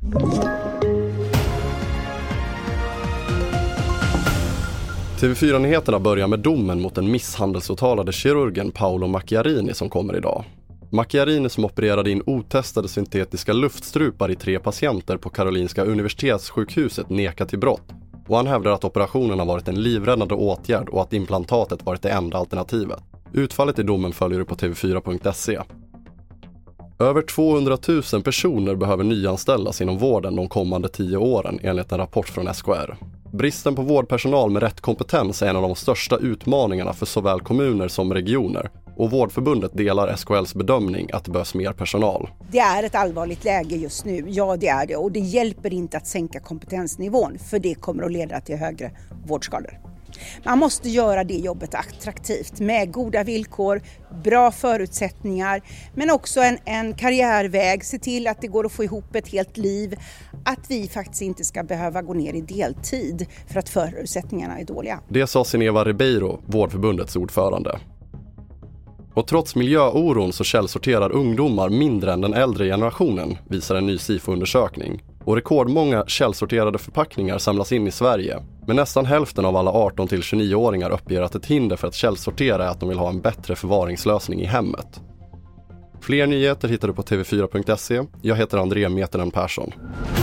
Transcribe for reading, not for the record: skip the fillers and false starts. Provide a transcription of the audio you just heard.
TV4-nyheterna börjar med domen mot den misshandelsåtalade kirurgen Paolo Macchiarini som kommer idag. Macchiarini som opererade in otestade syntetiska luftstrupar i 3 patienter på Karolinska universitetssjukhuset nekar till brott, och han hävdar att operationen har varit en livräddande åtgärd och att implantatet varit det enda alternativet. Utfallet i domen följer du på tv4.se. Över 200 000 personer behöver nyanställas inom vården de kommande 10 åren enligt en rapport från SKR. Bristen på vårdpersonal med rätt kompetens är en av de största utmaningarna för såväl kommuner som regioner, och Vårdförbundet delar SKLs bedömning att det behövs mer personal. Det är ett allvarligt läge just nu, ja det är det, och det hjälper inte att sänka kompetensnivån för det kommer att leda till högre vårdskador. Man måste göra det jobbet attraktivt med goda villkor, bra förutsättningar, men också en karriärväg, se till att det går att få ihop ett helt liv, att vi faktiskt inte ska behöva gå ner i deltid för att förutsättningarna är dåliga. Det sa Sineva Ribeiro, Vårdförbundets ordförande. Och trots miljöoron så källsorterar ungdomar mindre än den äldre generationen, visar en ny SIFO-undersökning. Och rekordmånga källsorterade förpackningar samlas in i Sverige. Men nästan hälften av alla 18-29-åringar uppger att ett hinder för att källsortera är att de vill ha en bättre förvaringslösning i hemmet. Fler nyheter hittar du på tv4.se. Jag heter André Metenen Persson.